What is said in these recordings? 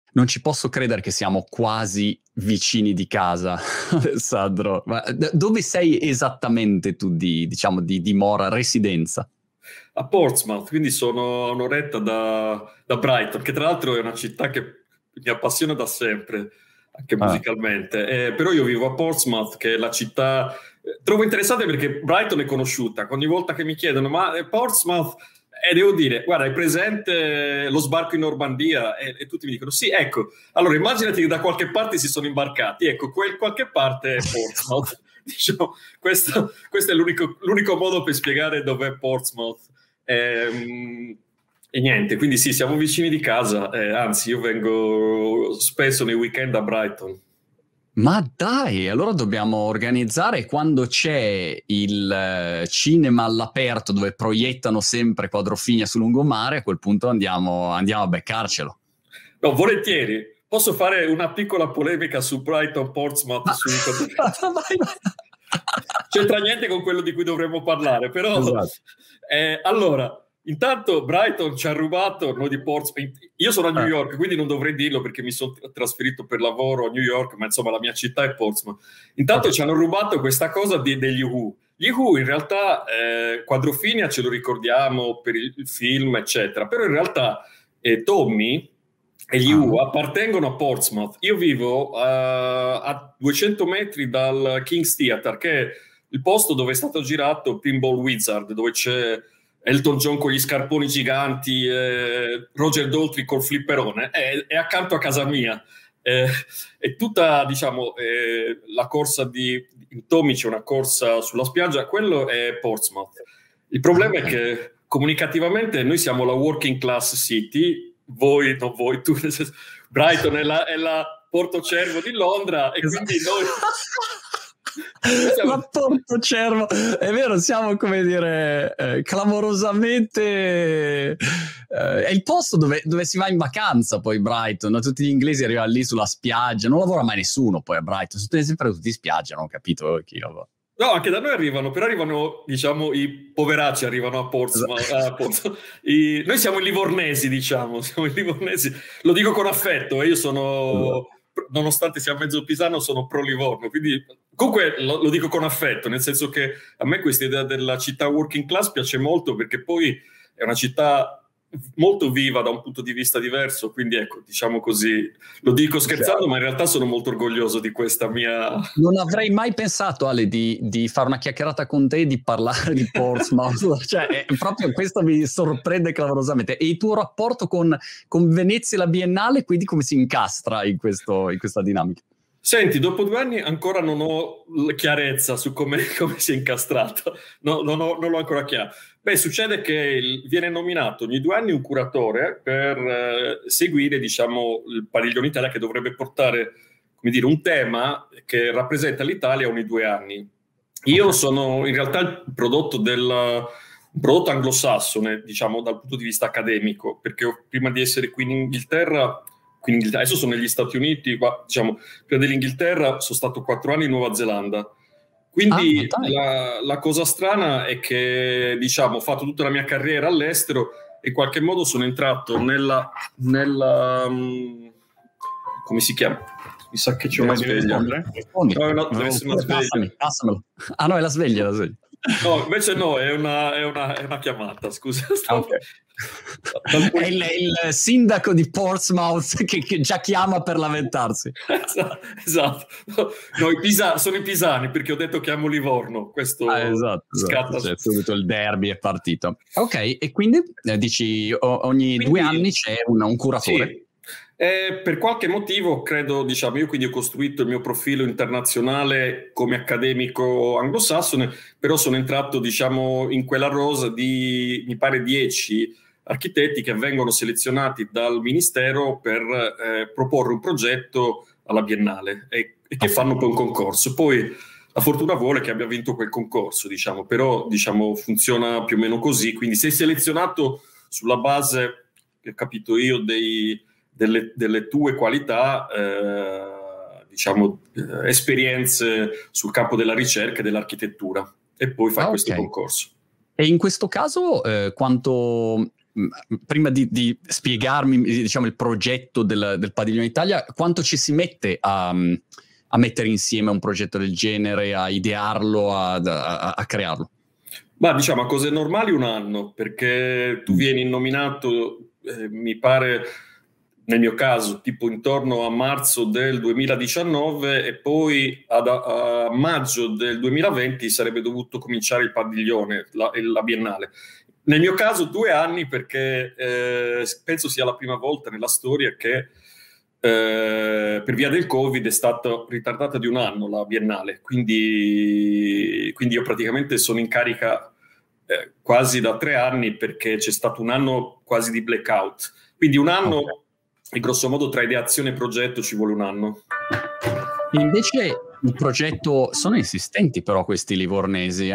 Non ci posso credere che siamo quasi vicini di casa, Alessandro. Ma dove sei esattamente tu di dimora, residenza? A Portsmouth, quindi sono a un'oretta da Brighton, che tra l'altro è una città che mi appassiona da sempre, anche musicalmente. Però io vivo a Portsmouth, che è la città... trovo interessante perché Brighton è conosciuta. Ogni volta che mi chiedono, ma Portsmouth... E devo dire, guarda, hai presente lo sbarco in Normandia? E tutti mi dicono, sì, ecco. Allora, immaginati che da qualche parte si sono imbarcati. Ecco, qualche parte è Portsmouth. Diciamo, questo è l'unico modo per spiegare dov'è Portsmouth. E niente, quindi sì, siamo vicini di casa. Anzi, io vengo spesso nei weekend a Brighton. Ma dai, allora dobbiamo organizzare quando c'è il cinema all'aperto dove proiettano sempre Quadrofinia su lungomare, a quel punto andiamo a beccarcelo. No, volentieri. Posso fare una piccola polemica su Brighton Portsmouth? Vai. C'entra niente con quello di cui dovremmo parlare, però... Esatto. Allora, intanto Brighton ci ha rubato, noi di Portsmouth... Io sono a New York, quindi non dovrei dirlo perché mi sono trasferito per lavoro a New York, ma insomma la mia città è Portsmouth. Intanto ci hanno rubato questa cosa degli Who. Gli Who in realtà, Quadrofinia ce lo ricordiamo per il film, eccetera, però in realtà Tommy e gli Who appartengono a Portsmouth. Io vivo a 200 metri dal King's Theatre, che è il posto dove è stato girato Pinball Wizard, dove c'è Elton John con gli scarponi giganti, Roger Daltrey col flipperone, è accanto a casa mia. È tutta, diciamo, la corsa in Tommy c'è una corsa sulla spiaggia, quello è Portsmouth. Il problema è che comunicativamente noi siamo la working class city, voi, non voi, tu, Brighton è la Portocervo di Londra, e quindi noi... La Portocervo, è vero, siamo, come dire, clamorosamente è il posto dove si va in vacanza. Poi Brighton, no? Tutti gli inglesi arrivano lì sulla spiaggia, non lavora mai nessuno poi a Brighton, sempre tutti in spiaggia, non ho capito chi lavora. No, anche da noi arrivano, però arrivano, diciamo, i poveracci arrivano a Portsmouth. Noi siamo i livornesi, diciamo, siamo i livornesi. Lo dico con affetto, io sono, nonostante sia mezzo pisano, sono pro Livorno, quindi comunque lo dico con affetto, nel senso che a me questa idea della città working class piace molto, perché poi è una città molto viva da un punto di vista diverso, quindi ecco, diciamo così, lo dico scherzando, ma in realtà sono molto orgoglioso di questa mia... Non avrei mai pensato, Ale, di fare una chiacchierata con te e di parlare di Portsmouth. Cioè, proprio questo mi sorprende clamorosamente. E il tuo rapporto con Venezia e la Biennale, quindi come si incastra in questa dinamica? Senti, dopo 2 anni ancora non ho chiarezza su come si è incastrato, non l'ho ancora chiaro. Beh, succede che viene nominato ogni 2 anni un curatore per seguire, diciamo, il Padiglione Italia, che dovrebbe portare, come dire, un tema che rappresenta l'Italia ogni 2 anni. Io sono in realtà il prodotto un prodotto anglosassone, diciamo, dal punto di vista accademico, perché prima di essere qui in Inghilterra, adesso sono negli Stati Uniti, ma diciamo, prima dell'Inghilterra sono stato 4 anni in Nuova Zelanda. Quindi la cosa strana è che, diciamo, ho fatto tutta la mia carriera all'estero e in qualche modo sono entrato nella come si chiama? Mi sa che c'è una sveglia. No, deve essere una sveglia. Passamelo. Ah no, è la sveglia. No, invece no, è una chiamata, scusa. Okay. È il sindaco di Portsmouth che già chiama per lamentarsi. Esatto. No, sono i pisani, perché ho detto che amo Livorno. Questo esatto. scatta. Cioè, subito il derby è partito. Ok, e quindi dici ogni 2 anni c'è un curatore? Sì. Per qualche motivo, credo, diciamo, io quindi ho costruito il mio profilo internazionale come accademico anglosassone, però sono entrato, diciamo, in quella rosa di, mi pare, 10 architetti che vengono selezionati dal Ministero per proporre un progetto alla Biennale e che fanno poi un concorso. Poi la fortuna vuole che abbia vinto quel concorso, diciamo, però diciamo, funziona più o meno così. Quindi sei selezionato sulla base, che ho capito io, delle tue qualità, diciamo, esperienze sul campo della ricerca e dell'architettura, e poi fai questo concorso. E in questo caso quanto prima di spiegarmi, diciamo, il progetto del Padiglione Italia, quanto ci si mette a mettere insieme un progetto del genere, a idearlo, a crearlo? Ma diciamo a cose normali 1 anno, perché tu vieni nominato, mi pare, nel mio caso, tipo intorno a marzo del 2019 e poi a maggio del 2020 sarebbe dovuto cominciare il padiglione, la Biennale. Nel mio caso 2 anni perché penso sia la prima volta nella storia che per via del Covid è stata ritardata di 1 anno la Biennale, quindi io praticamente sono in carica quasi da 3 anni perché c'è stato 1 anno quasi di blackout, quindi 1 anno, okay. E grosso modo tra ideazione e progetto ci vuole 1 anno. Invece il progetto, sono insistenti però questi livornesi,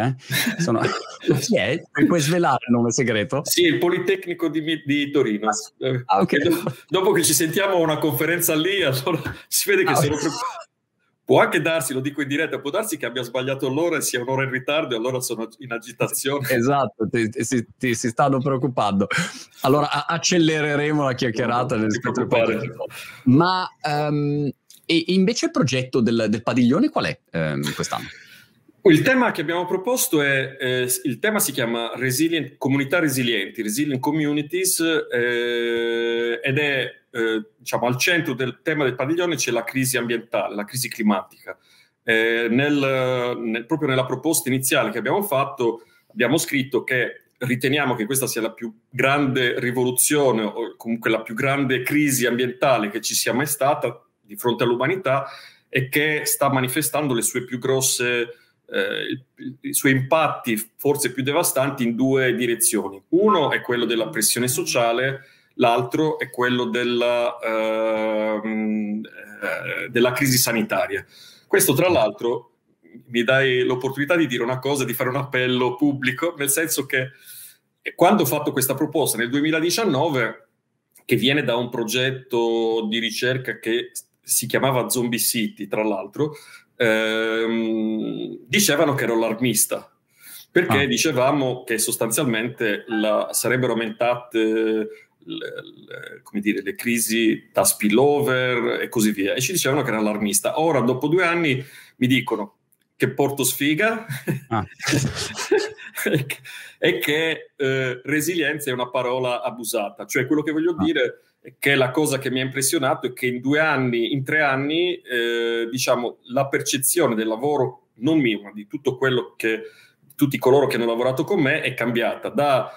chi è? Puoi svelare il nome segreto? Sì, il Politecnico di Torino. Okay. Dopo che ci sentiamo a una conferenza lì, allora si vede che sono può anche darsi, lo dico in diretta, può darsi che abbia sbagliato l'ora e sia 1 ora in ritardo e allora sono in agitazione. Esatto, ti si stanno preoccupando. Allora accelereremo la chiacchierata. Non ti preoccupare. Ma e invece il progetto del padiglione qual è quest'anno? Il tema che abbiamo proposto il tema si chiama Comunità Resilienti, Resilient Communities, ed è diciamo al centro del tema del padiglione c'è la crisi ambientale, la crisi climatica. Proprio nella proposta iniziale che abbiamo fatto abbiamo scritto che riteniamo che questa sia la più grande rivoluzione o comunque la più grande crisi ambientale che ci sia mai stata di fronte all'umanità e che sta manifestando le sue più grosse i suoi impatti forse più devastanti in 2 direzioni. Uno è quello della pressione sociale, l'altro è quello della crisi sanitaria. Questo tra l'altro mi dai l'opportunità di dire una cosa, di fare un appello pubblico, nel senso che quando ho fatto questa proposta nel 2019, che viene da un progetto di ricerca che si chiamava Zombie City, tra l'altro, dicevano che ero allarmista perché dicevamo che sostanzialmente sarebbero aumentate le crisi da spillover e così via, e ci dicevano che era allarmista. Ora dopo 2 anni mi dicono che porto sfiga e che resilienza è una parola abusata, cioè quello che voglio dire che la cosa che mi ha impressionato è che in 3 anni, diciamo, la percezione del lavoro, non mio, ma di tutti coloro che hanno lavorato con me, è cambiata da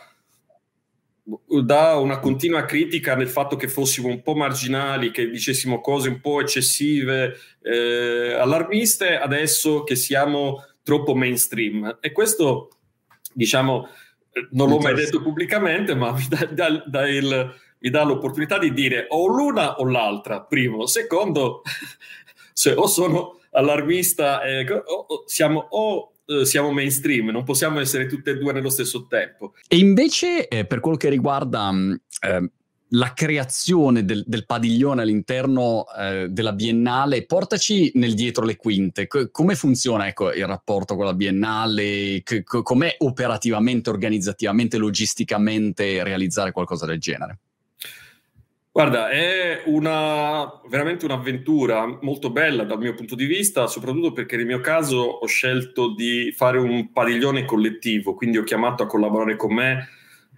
una continua critica nel fatto che fossimo un po' marginali, che dicessimo cose un po' eccessive, allarmiste, adesso che siamo troppo mainstream. E questo, diciamo, non l'ho mai detto pubblicamente, ma mi dà l'opportunità di dire o l'una o l'altra, primo. Secondo, o sono allarmista o siamo mainstream, non possiamo essere tutte e 2 nello stesso tempo. E invece per quello che riguarda la creazione del padiglione all'interno della Biennale, portaci nel dietro le quinte. Come funziona, ecco, il rapporto con la Biennale? Com'è operativamente, organizzativamente, logisticamente realizzare qualcosa del genere? Guarda, è veramente un'avventura molto bella dal mio punto di vista, soprattutto perché nel mio caso ho scelto di fare un padiglione collettivo, quindi ho chiamato a collaborare con me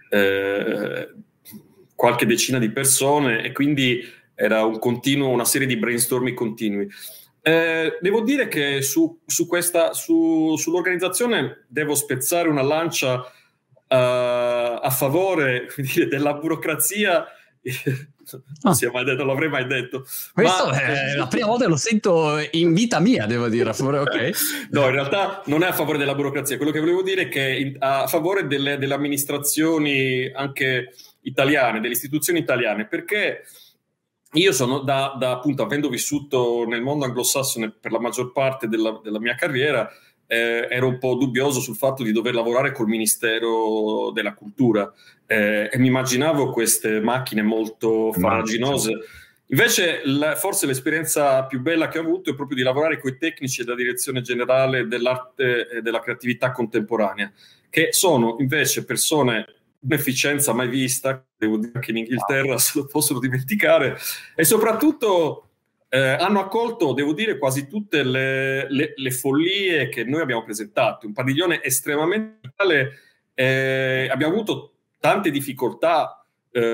qualche decina di persone e quindi era una serie di brainstorming continui. Devo dire che sull'organizzazione devo spezzare una lancia a favore, quindi, della burocrazia. Non l'avrei mai detto. Questo è la prima volta che lo sento in vita mia, devo dire. Okay. No, in realtà non è a favore della burocrazia. Quello che volevo dire è che è a favore delle amministrazioni anche italiane, delle istituzioni italiane, perché io sono appunto, avendo vissuto nel mondo anglosassone per la maggior parte della mia carriera, ero un po' dubbioso sul fatto di dover lavorare col Ministero della Cultura e mi immaginavo queste macchine molto farraginose. Invece forse l'esperienza più bella che ho avuto è proprio di lavorare con i tecnici della Direzione Generale dell'Arte e della Creatività Contemporanea, che sono invece persone un'efficienza mai vista, devo dire che in Inghilterra se lo possono dimenticare, e soprattutto hanno accolto, devo dire, quasi tutte le follie che noi abbiamo presentato. Un padiglione estremamente abbiamo avuto tante difficoltà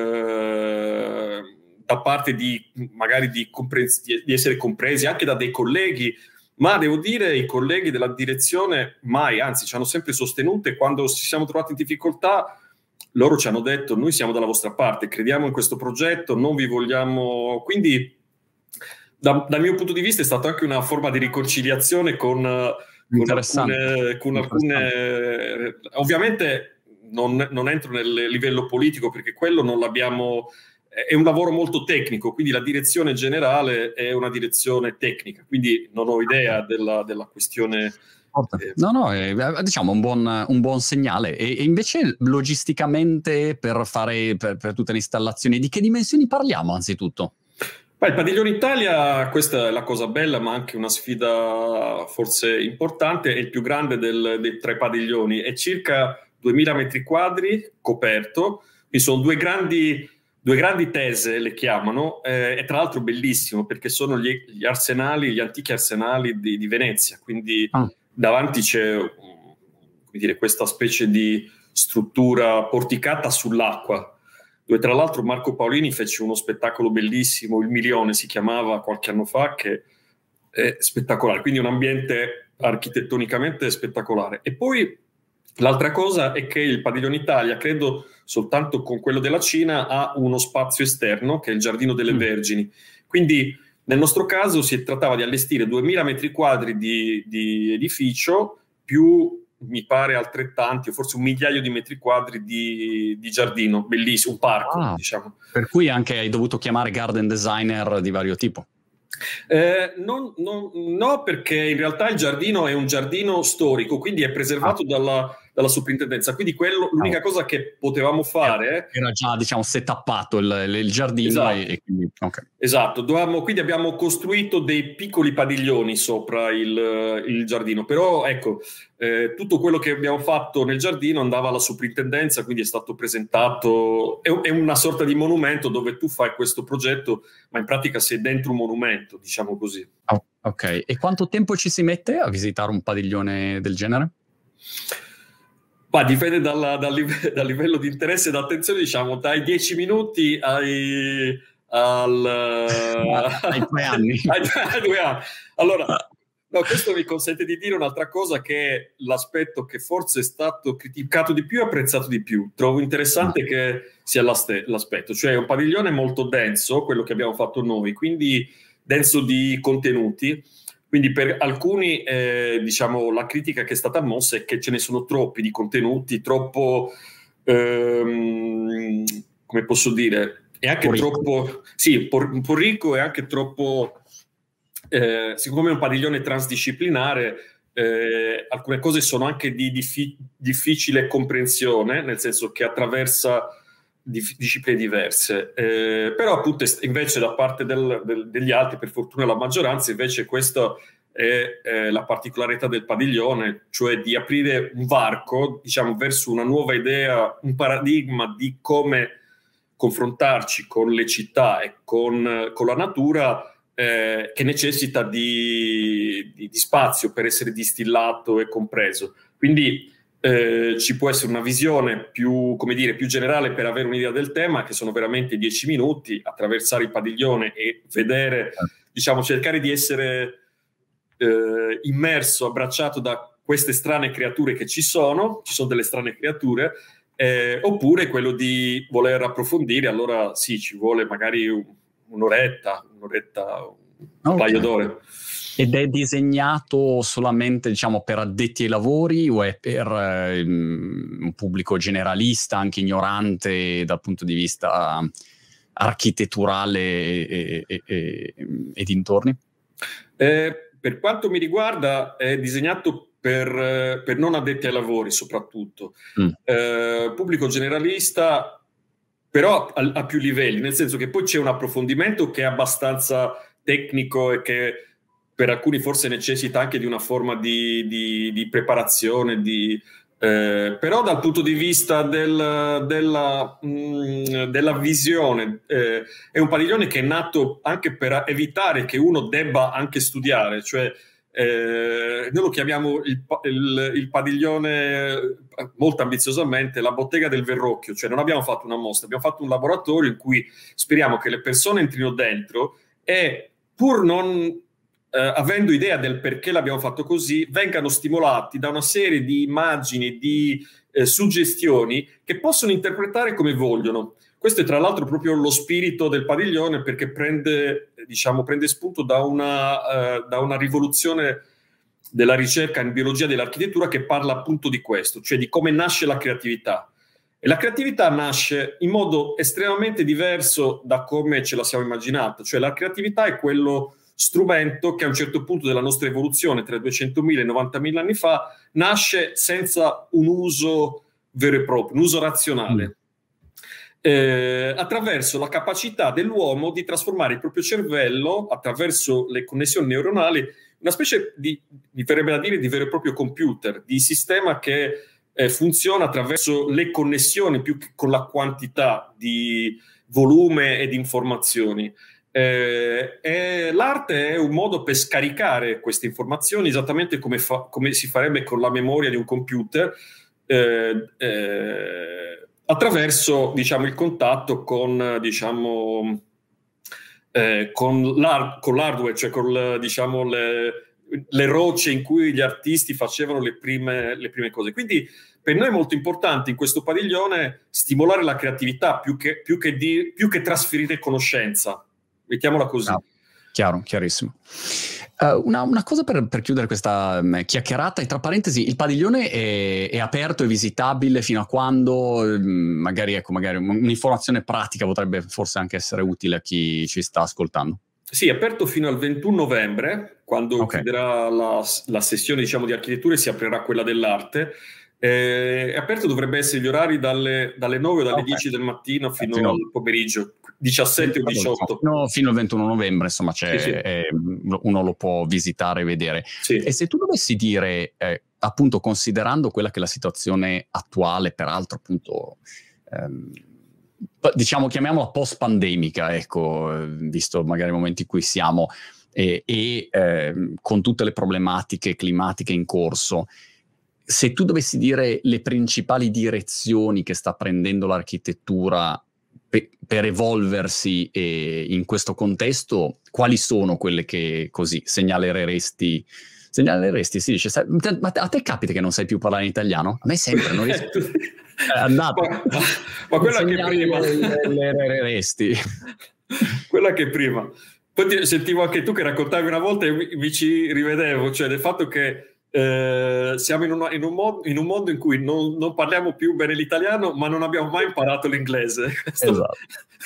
da parte magari di essere compresi anche da dei colleghi, ma devo dire i colleghi della direzione mai, anzi ci hanno sempre sostenuto, e quando ci siamo trovati in difficoltà loro ci hanno detto: noi siamo dalla vostra parte, crediamo in questo progetto, non vi vogliamo. Quindi dal mio punto di vista è stata anche una forma di riconciliazione con alcune ovviamente non entro nel livello politico, perché quello non l'abbiamo, è un lavoro molto tecnico, quindi la direzione generale è una direzione tecnica, quindi non ho idea della questione. No, è, diciamo un buon segnale. E invece logisticamente per tutte le installazioni, di che dimensioni parliamo anzitutto? Il Padiglione Italia, questa è la cosa bella, ma anche una sfida forse importante, è il più grande dei 3 padiglioni, è circa 2000 metri quadri coperto, quindi sono due grandi tese, le chiamano, e tra l'altro bellissimo perché sono gli antichi arsenali di Venezia, quindi davanti c'è, come dire, questa specie di struttura porticata sull'acqua, dove tra l'altro Marco Paolini fece uno spettacolo bellissimo, Il Milione si chiamava, qualche anno fa, che è spettacolare, quindi un ambiente architettonicamente spettacolare. E poi l'altra cosa è che il Padiglione Italia, credo soltanto con quello della Cina, ha uno spazio esterno che è il Giardino delle Vergini, quindi nel nostro caso si trattava di allestire 2000 metri quadri di edificio più, mi pare, altrettanti o forse 1 migliaio di metri quadri di giardino, bellissimo, un parco, diciamo. Per cui anche hai dovuto chiamare garden designer di vario tipo? No, perché in realtà il giardino è un giardino storico, quindi è preservato dalla soprintendenza, quindi l'unica cosa che potevamo fare era già, diciamo, setappato il giardino. Esatto. E quindi, okay. Esatto, quindi abbiamo costruito dei piccoli padiglioni sopra il giardino, però ecco, tutto quello che abbiamo fatto nel giardino andava alla soprintendenza, quindi è stato presentato, è una sorta di monumento dove tu fai questo progetto, ma in pratica sei dentro un monumento, diciamo così. Ok, e quanto tempo ci si mette a visitare un padiglione del genere? Dipende dal livello di interesse e d'attenzione, diciamo, dai 10 minuti ai 3 anni. ai 2 anni. Allora, no, questo mi consente di dire un'altra cosa, che è l'aspetto che forse è stato criticato di più e apprezzato di più. Trovo interessante che sia l'aspetto, cioè è un padiglione molto denso, quello che abbiamo fatto noi, quindi denso di contenuti. Quindi per alcuni, diciamo, la critica che è stata mossa è che ce ne sono troppi di contenuti, troppo, come posso dire, è anche troppo, sì, un po' ricco e anche troppo, siccome è un padiglione transdisciplinare, alcune cose sono anche di difficile comprensione, nel senso che attraversa discipline diverse, però appunto invece da parte degli altri, per fortuna la maggioranza, invece questa è la particolarità del padiglione, cioè di aprire un varco, diciamo, verso una nuova idea, un paradigma di come confrontarci con le città e con la natura, che necessita di spazio per essere distillato e compreso. Quindi ci può essere una visione più, come dire, più generale per avere un'idea del tema, che sono veramente 10 minuti, attraversare il padiglione e vedere, diciamo, cercare di essere immerso, abbracciato da queste strane creature che ci sono delle strane creature, oppure quello di voler approfondire, allora sì, ci vuole magari un'oretta, un paio d'ore. Ed è disegnato solamente, diciamo, per addetti ai lavori o è per un pubblico generalista, anche ignorante dal punto di vista architetturale e dintorni? Per quanto mi riguarda è disegnato per non addetti ai lavori soprattutto. Pubblico generalista, però a più livelli, nel senso che poi c'è un approfondimento che è abbastanza tecnico e che per alcuni forse necessita anche di una forma di preparazione, Però dal punto di vista della visione, è un padiglione che è nato anche per evitare che uno debba anche studiare, cioè noi lo chiamiamo il padiglione, molto ambiziosamente, la bottega del Verrocchio, cioè non abbiamo fatto una mostra, abbiamo fatto un laboratorio in cui speriamo che le persone entrino dentro e, pur non avendo idea del perché l'abbiamo fatto così, vengano stimolati da una serie di immagini, di suggestioni che possono interpretare come vogliono. Questo è tra l'altro proprio lo spirito del padiglione, perché prende spunto da una rivoluzione della ricerca in biologia dell'architettura che parla appunto di questo, cioè di come nasce la creatività. E la creatività nasce in modo estremamente diverso da come ce la siamo immaginata, cioè la creatività è quello strumento che a un certo punto della nostra evoluzione, tra 200.000 e 90.000 anni fa, nasce senza un uso vero e proprio, un uso razionale, attraverso la capacità dell'uomo di trasformare il proprio cervello, attraverso le connessioni neuronali, una specie mi verrebbe da dire, di vero e proprio computer, di sistema che funziona attraverso le connessioni più che con la quantità di volume e di informazioni. E l'arte è un modo per scaricare queste informazioni, esattamente come si farebbe con la memoria di un computer, attraverso, diciamo, il contatto con, diciamo, con l'hardware, cioè con, diciamo, le rocce in cui gli artisti facevano le prime cose. Quindi per noi è molto importante in questo padiglione stimolare la creatività più che trasferire conoscenza. Mettiamola così. No, chiaro, chiarissimo. Una cosa per chiudere questa chiacchierata, e tra parentesi, il padiglione è aperto e visitabile fino a quando? Magari un'informazione pratica potrebbe forse anche essere utile a chi ci sta ascoltando. Sì, è aperto fino al 21 novembre, quando chiuderà la sessione, diciamo, di architettura e si aprirà quella dell'arte. È aperto, dovrebbe essere gli orari dalle 9 o dalle 10 del mattino fino al pomeriggio, 17 o 18. Fino al 21 novembre, insomma, Sì. uno lo può visitare e vedere. Sì. E se tu dovessi dire, appunto, considerando quella che è la situazione attuale, peraltro appunto, diciamo, chiamiamola post-pandemica, ecco, visto magari i momenti in cui siamo, con tutte le problematiche climatiche in corso, se tu dovessi dire le principali direzioni che sta prendendo l'architettura per evolversi in questo contesto, quali sono quelle che così segnaleresti? Segnaleresti, si dice, ma a te capita che non sai più parlare in italiano? A me sempre, non riesco. Andate. Ma quella che prima. Quella che prima. Poi sentivo anche tu che raccontavi una volta e mi ci rivedevo, cioè del fatto che siamo in un mondo in cui non parliamo più bene l'italiano, ma non abbiamo mai imparato l'inglese. Esatto.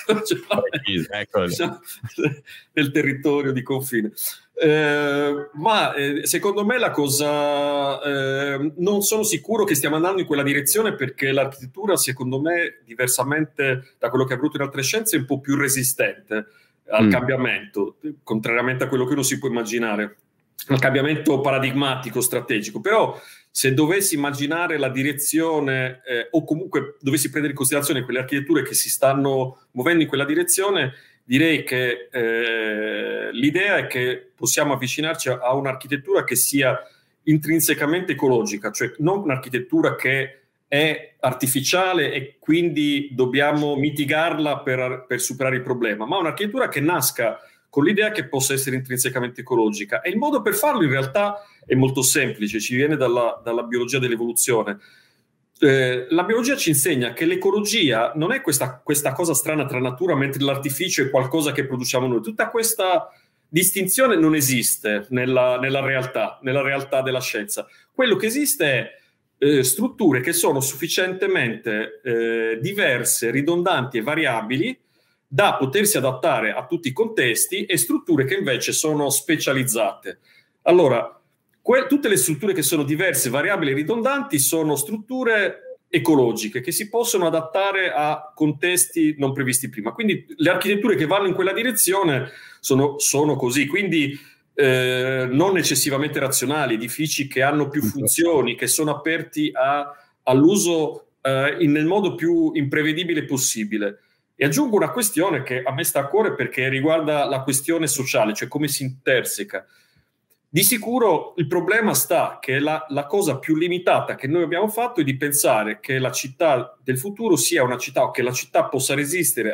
Nel territorio di confine. Ma secondo me la cosa, non sono sicuro che stiamo andando in quella direzione, perché l'architettura, secondo me, diversamente da quello che è avvenuto in altre scienze, è un po' più resistente al cambiamento, contrariamente a quello che uno si può immaginare, al cambiamento paradigmatico, strategico. Però se dovessi immaginare la direzione, o comunque dovessi prendere in considerazione quelle architetture che si stanno muovendo in quella direzione, direi che l'idea è che possiamo avvicinarci a un'architettura che sia intrinsecamente ecologica, cioè non un'architettura che è artificiale e quindi dobbiamo mitigarla per superare il problema, ma un'architettura che nasca con l'idea che possa essere intrinsecamente ecologica. E il modo per farlo in realtà è molto semplice, ci viene dalla biologia dell'evoluzione. La biologia ci insegna che l'ecologia non è questa cosa strana tra natura, mentre l'artificio è qualcosa che produciamo noi. Tutta questa distinzione non esiste nella realtà della scienza. Quello che esiste è strutture che sono sufficientemente diverse, ridondanti e variabili da potersi adattare a tutti i contesti, e strutture che invece sono specializzate. Allora, tutte le strutture che sono diverse, variabili e ridondanti sono strutture ecologiche che si possono adattare a contesti non previsti prima. Quindi le architetture che vanno in quella direzione sono così, quindi non eccessivamente razionali, edifici che hanno più funzioni, che sono aperti a all'uso nel modo più imprevedibile possibile. E aggiungo una questione che a me sta a cuore perché riguarda la questione sociale, cioè come si interseca. Di sicuro il problema sta che la cosa più limitata che noi abbiamo fatto è di pensare che la città del futuro sia una città, o che la città possa resistere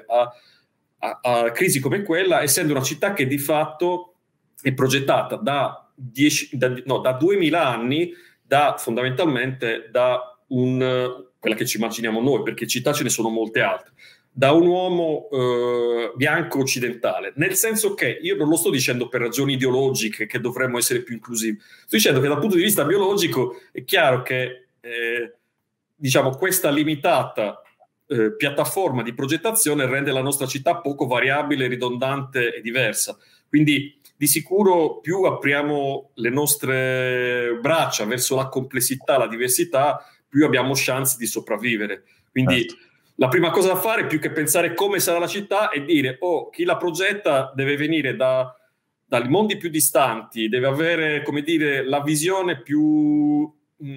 a crisi come quella, essendo una città che di fatto è progettata da 2000 anni, fondamentalmente da quella che ci immaginiamo noi, perché città ce ne sono molte altre, da un uomo bianco occidentale, nel senso che io non lo sto dicendo per ragioni ideologiche che dovremmo essere più inclusivi, sto dicendo che dal punto di vista biologico è chiaro che diciamo questa limitata piattaforma di progettazione rende la nostra città poco variabile, ridondante e diversa. Quindi di sicuro più apriamo le nostre braccia verso la complessità, la diversità, più abbiamo chance di sopravvivere. Quindi la prima cosa da fare, più che pensare come sarà la città, è dire chi la progetta deve venire dai mondi più distanti, deve avere, come dire, la visione più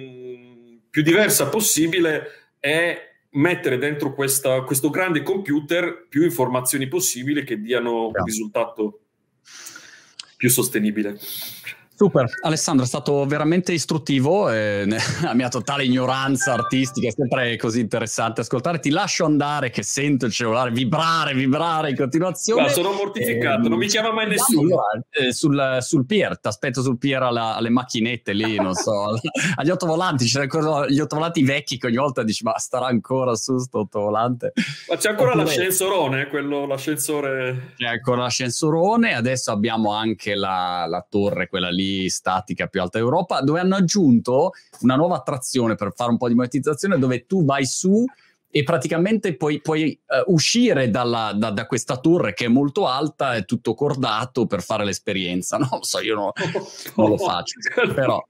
diversa possibile e mettere dentro questo grande computer più informazioni possibili che diano un risultato più sostenibile. Super, Alessandro, è stato veramente istruttivo, la mia totale ignoranza artistica è sempre così interessante ascoltare. Ti lascio andare che sento il cellulare vibrare in continuazione. Guarda, sono mortificato, non mi chiama mai nessuno. Sul pier, ti aspetto sul pier alle macchinette lì, non so, agli ottovolanti, c'è gli ottovolanti vecchi che ogni volta dici ma starà ancora su sto ottovolante. Ma c'è ancora l'ascensorone, l'ascensore... C'è ancora l'ascensorone, adesso abbiamo anche la torre, quella lì statica più alta d'Europa, dove hanno aggiunto una nuova attrazione per fare un po' di monetizzazione, dove tu vai su e praticamente puoi uscire da questa torre che è molto alta, è tutto cordato per fare l'esperienza. Non lo so, io non lo faccio, però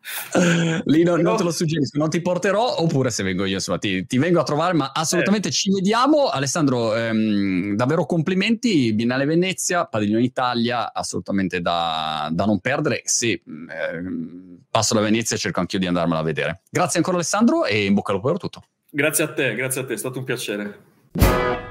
lì non te lo suggerisco, non ti porterò, oppure se vengo io insomma ti vengo a trovare, ma assolutamente ci vediamo. Alessandro, davvero complimenti, Biennale Venezia, Padiglione Italia, assolutamente da non perdere. Se passo da Venezia cerco anch'io di andarmela a vedere. Grazie ancora Alessandro e in bocca al lupo per tutto. Grazie a te, è stato un piacere.